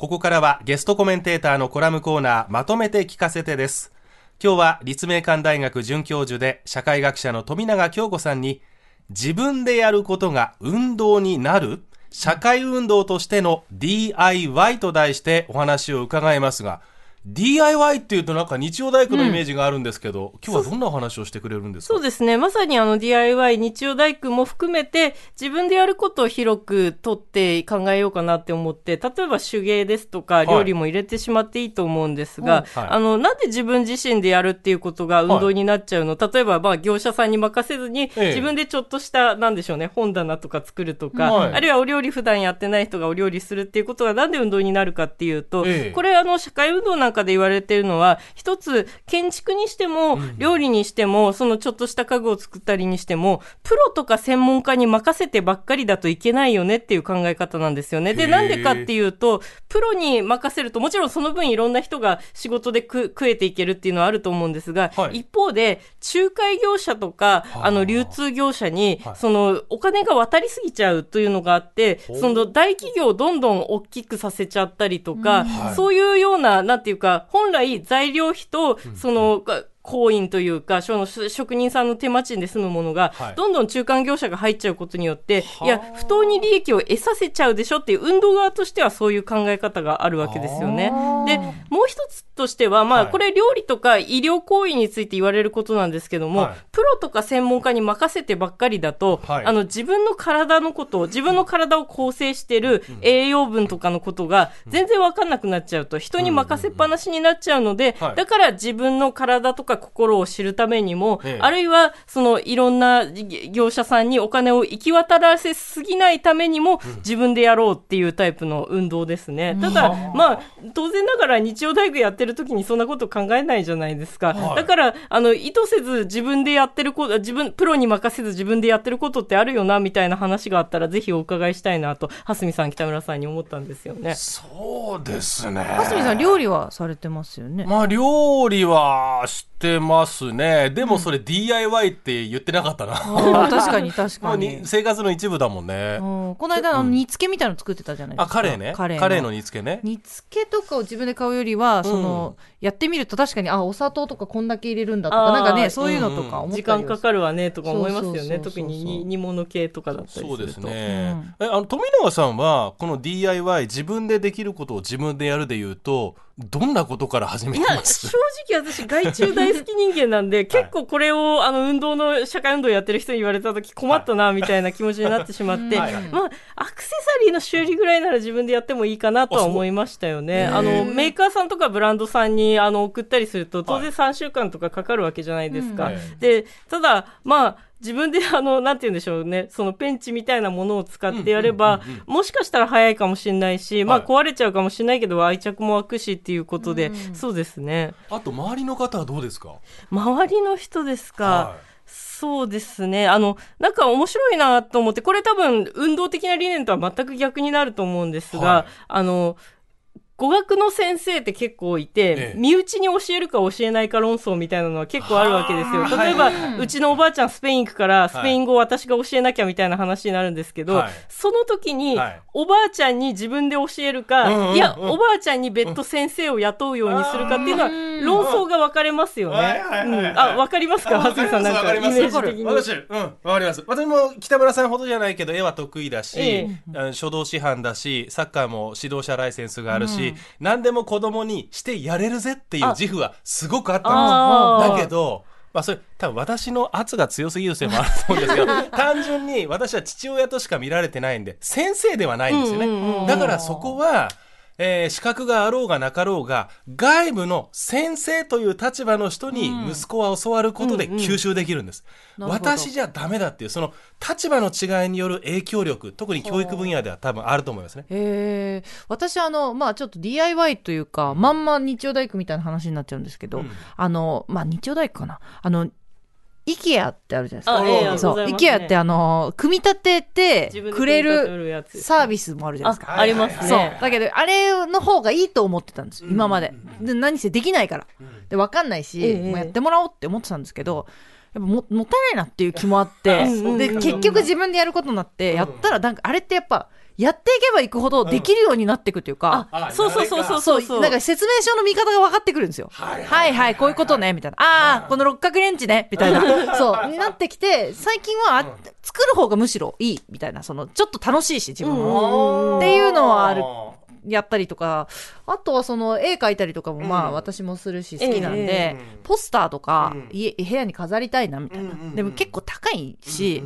ここからはゲストコメンテーターのコラムコーナーまとめて聞かせてです。今日は立命館大学准教授で社会学者の富永京子さんに、自分でやることが運動になる社会運動としての DIY と題してお話を伺いますが、DIY っていうとなんか日曜大工のイメージがあるんですけど、今日はどんなお話をしてくれるんですか？ そうですね、まさにDIY 日曜大工も含めて自分でやることを広くとって考えようかなって思って、例えば手芸ですとか料理も入れてしまっていいと思うんですが、なんで自分自身でやるっていうことが運動になっちゃうの？例えば業者さんに任せずに、自分でちょっとしたなんでしょうね、本棚とか作るとか、あるいはお料理普段やってない人がお料理するっていうことがなんで運動になるかっていうと、これ社会運動なんかで言われているのは、一つ建築にしても料理にしても、そのちょっとした家具を作ったりにしても、プロとか専門家に任せてばっかりだといけないよねっていう考え方なんですよね。で、なんでかっていうと、プロに任せるともちろんその分いろんな人が仕事で食えていけるっていうのはあると思うんですが、一方で仲介業者とか流通業者にそのお金が渡りすぎちゃうというのがあって、その大企業をどんどん大きくさせちゃったりとか、そういうようななんていうか、本来材料費とその工員というか、その職人さんの手間賃で済むものが、どんどん中間業者が入っちゃうことによって、いや、不当に利益を得させちゃうでしょっていう運動側としてはそういう考え方があるわけですよね。で、もう一つとしては、これ料理とか医療行為について言われることなんですけども、プロとか専門家に任せてばっかりだと、自分の体のことを、自分の体を構成している栄養分とかのことが全然わかんなくなっちゃうと、人に任せっぱなしになっちゃうので、だから自分の体とか心を知るためにも、あるいはそのいろんな業者さんにお金を行き渡らせすぎないためにも、自分でやろうっていうタイプの運動ですね。ただ当然ながら日曜大工やってる時にそんなこと考えないじゃないですか。だから意図せず自分でやってること、プロに任せず自分でやってることってあるよなみたいな話があったら、ぜひお伺いしたいなと蓮見さん、北村さんに思ったんですよね。 そうですね。 蓮見さん料理はされてますよね。 料理はしてますね。でもそれ DIY って言ってなかったな。 確かに確かに。 生活の一部だもんね。 この間煮付けみたいなの作ってたじゃないですか。 カレーね。カレーの煮付けね。 煮付けとかを自分で買うよりは、やってみると確かにお砂糖とかこんだけ入れるんだとか、なんかね、そういうのとか思ったり時間かかるわねとか思いますよね。特に煮物系とかだったりすると。 そうですね。富永さんはこの DIY 自分でできることを自分でやるでいうと、どんなことから始めてます？ 正直私害虫大好き人間なんで、結構これを運動の社会運動やってる人に言われた時困ったなみたいな気持ちになってしまって、アクセサリーの修理ぐらいなら自分でやってもいいかなとは思いましたよね。メーカーさんとかブランドさんに送ったりすると当然3週間とかかかるわけじゃないですか。で、ただ自分でなんて言うんでしょうね、そのペンチみたいなものを使ってやれば、もしかしたら早いかもしれないし、壊れちゃうかもしれないけど愛着も湧くしっていうことで、そうですね。 あと周りの方はどうですか？ 周りの人ですか。そうですね。なんか面白いなと思って、これ多分運動的な理念とは全く逆になると思うんですが、語学の先生って結構いて、身内に教えるか教えないか論争みたいなのは結構あるわけですよ。例えば、うちのおばあちゃんスペイン行くからスペイン語を私が教えなきゃみたいな話になるんですけど、その時におばあちゃんに自分で教えるか、いやおばあちゃんに別途先生を雇うようにするかっていうのは論争が分かれますよね。分かりますか、蓮見さん、なんかイメージ的に。 私分かります。私も北村さんほどじゃないけど絵は得意だし、書道師範だし、サッカーも指導者ライセンスがあるし、何でも子供にしてやれるぜっていう自負はすごくあったんです。だけど、それ多分私の圧が強すぎるせいもあると思うんですけど、単純に私は父親としか見られてないんで先生ではないんですよね。だからそこは資格があろうがなかろうが外部の先生という立場の人に息子は教わることで吸収できるんです。私じゃダメだっていうその立場の違いによる影響力、特に教育分野では多分あると思いますね。 私ちょっと DIY というか、まんま日曜大工みたいな話になっちゃうんですけど、日曜大工かな、IKEA ってあるじゃないですか。IKEA って組み立ててくれるサービスもあるじゃないですか。 ありますね。 そうだけどあれの方がいいと思ってたんです、今まで。で何せできないからで分かんないし、もうやってもらおうって思ってたんですけど、 ぱもったいないなっていう気もあって、で、結局自分でやることになって、やったらなんかあれってやっぱ、やっていけばいくほどできるようになっていくというか、 そうなんか説明書の見方が分かってくるんですよ。はいはい、こういうことね、みたいな。この六角レンチね、みたいな。そう、になってきて、最近は作る方がむしろいい、みたいな、ちょっと楽しいし、自分も。っていうのはある。やったりとか、あとは絵描いたりとかも私もするし好きなんで、ポスターとか部屋に飾りたいな、みたいな。でも結構高いし、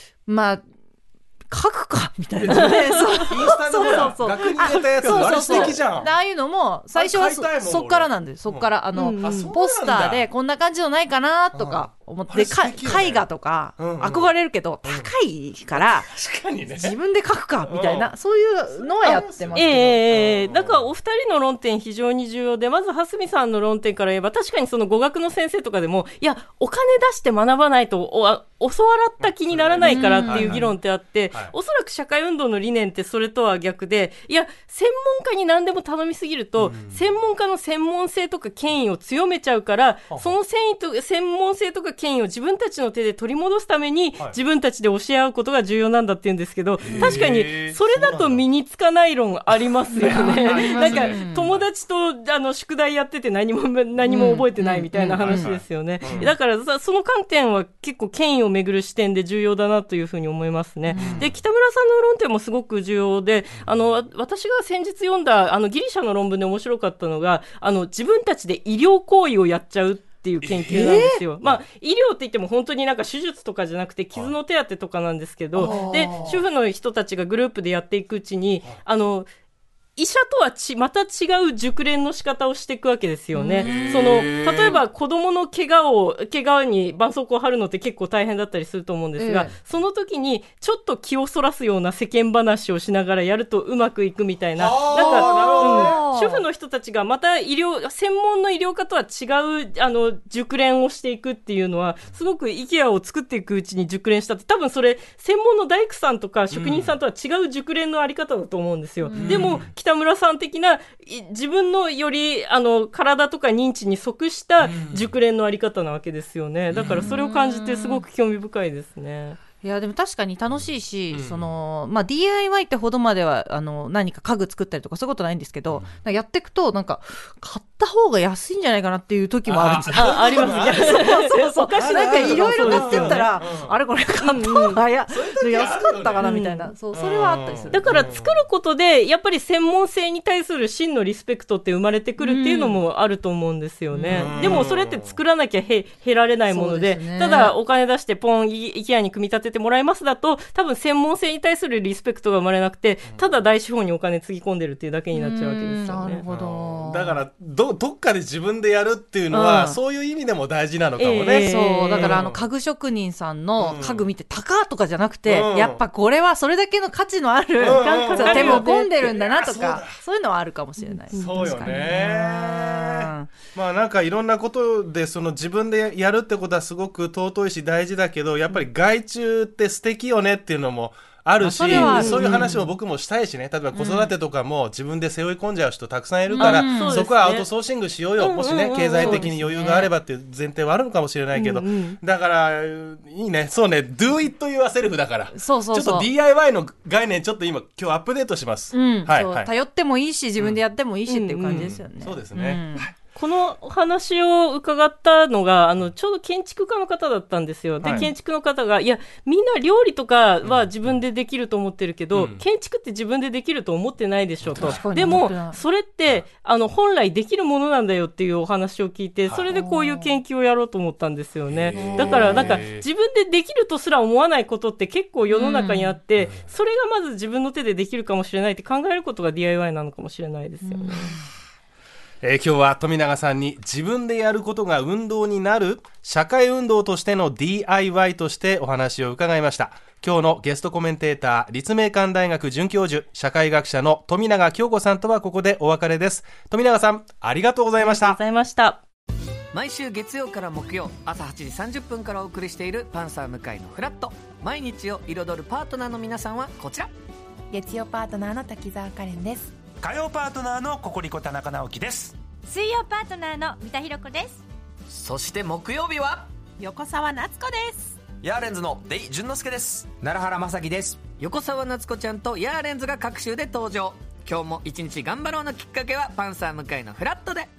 書くかみたいなね。 インスタの額に入れたやつ、あれ素敵じゃん。 ああいうのも最初はそっからなんです。そっからポスターでこんな感じのないかなとか思って、絵画とか憧れるけど高いから自分で書くかみたいな、そういうのはやってますけど。 だからお二人の論点非常に重要で、まず蓮見さんの論点から言えば、確かに語学の先生とかでも、いやお金出して学ばないと教わった気にならないからっていう議論ってあって、おそらく社会運動の理念ってそれとは逆で、いや専門家に何でも頼みすぎると、専門家の専門性とか権威を強めちゃうから、その専門性とか権威を自分たちの手で取り戻すために、自分たちで教え合うことが重要なんだって言うんですけど、確かにそれだと身につかない論ありますよね。なんか友達と宿題やってて何も覚えてないみたいな話ですよね。だからその観点は結構権威をめぐる視点で重要だなというふうに思いますね。で、北村さんの論点もすごく重要で、私が先日読んだギリシャの論文で面白かったのが、自分たちで医療行為をやっちゃうっていう研究なんですよ。医療って言っても本当になんか手術とかじゃなくて傷の手当てとかなんですけど、で主婦の人たちがグループでやっていくうちに医者とはまた違う熟練の仕方をしていくわけですよね。例えば子供の怪我に絆創膏を貼るのって結構大変だったりすると思うんですが、その時にちょっと気をそらすような世間話をしながらやるとうまくいくみたいな、主婦の人たちがまた専門の医療科とは違う熟練をしていくっていうのは、すごく IKEA を作っていくうちに熟練したって、多分それ専門の大工さんとか職人さんとは違う熟練のあり方だと思うんですよ。でも北村さん的な自分のより体とか認知に即した熟練のあり方なわけですよね。だからそれを感じてすごく興味深いですね。 いやでも確かに楽しいし、DIY ってほどまでは何か家具作ったりとかそういうことないんですけど、やっていくとなんか買った方が安いんじゃないかなっていう時もあるんですよ。 ありますね。 そうなんかいろいろ買ってったら、あれこれ買った方が安かったかなみたいな、それはあったりする。 だから作ることでやっぱり専門性に対する真のリスペクトって生まれてくるっていうのもあると思うんですよね。でもそれって作らなきゃ減られないもので、ただお金出してポンIKEAに組み立ててもらいますだと、多分専門性に対するリスペクトが生まれなくて、ただ大資本にお金つぎ込んでるっていうだけになっちゃうわけですよね。 なるほど。 だからどっかで自分でやるっていうのは、そういう意味でも大事なのかもね。 そうだから家具職人さんの家具見て高とかじゃなくて、やっぱこれはそれだけの価値のある手も込んでるんだなとか、そういうのはあるかもしれない。 そうよね。なんかいろんなことで自分でやるってことはすごく尊いし大事だけど、やっぱり外注って素敵よねっていうのもあるし、そういう話も僕もしたいしね。例えば子育てとかも自分で背負い込んじゃう人たくさんいるから、そこはアウトソーシングしようよ、もしね経済的に余裕があればっていう前提はあるのかもしれないけど、だからいいね。そうね、do it yourself だから、ちょっと DIY の概念ちょっと今日アップデートします。 頼ってもいいし自分でやってもいいしっていう感じですよね。 そうですね。 このお話を伺ったのがちょうど建築家の方だったんですよ。で、建築の方が、いやみんな料理とかは自分でできると思ってるけど、建築って自分でできると思ってないでしょと。でもそれって本来できるものなんだよっていうお話を聞いて、それでこういう研究をやろうと思ったんですよね。だからなんか自分でできるとすら思わないことって結構世の中にあって、それがまず自分の手でできるかもしれないって考えることが DIY なのかもしれないですよね。 今日は富永さんに自分でやることが運動になる社会運動としての DIY としてお話を伺いました。今日のゲストコメンテーター、立命館大学准教授、社会学者の富永京子さんとはここでお別れです。富永さん、ありがとうございました。 ありがとうございました。 毎週月曜から木曜朝8時30分からお送りしているパンサー向井のフラット。毎日を彩るパートナーの皆さんはこちら。 月曜パートナーの滝沢カレンです。 火曜パートナーのココリコ田中直樹です。 水曜パートナーの三田寛子です。 そして木曜日は横澤夏子です。 ヤーレンズのデイ淳之介です。 奈良原正樹です。横澤夏子ちゃんとヤーレンズが各週で登場。今日も一日頑張ろうのきっかけはパンサー向井のフラットで。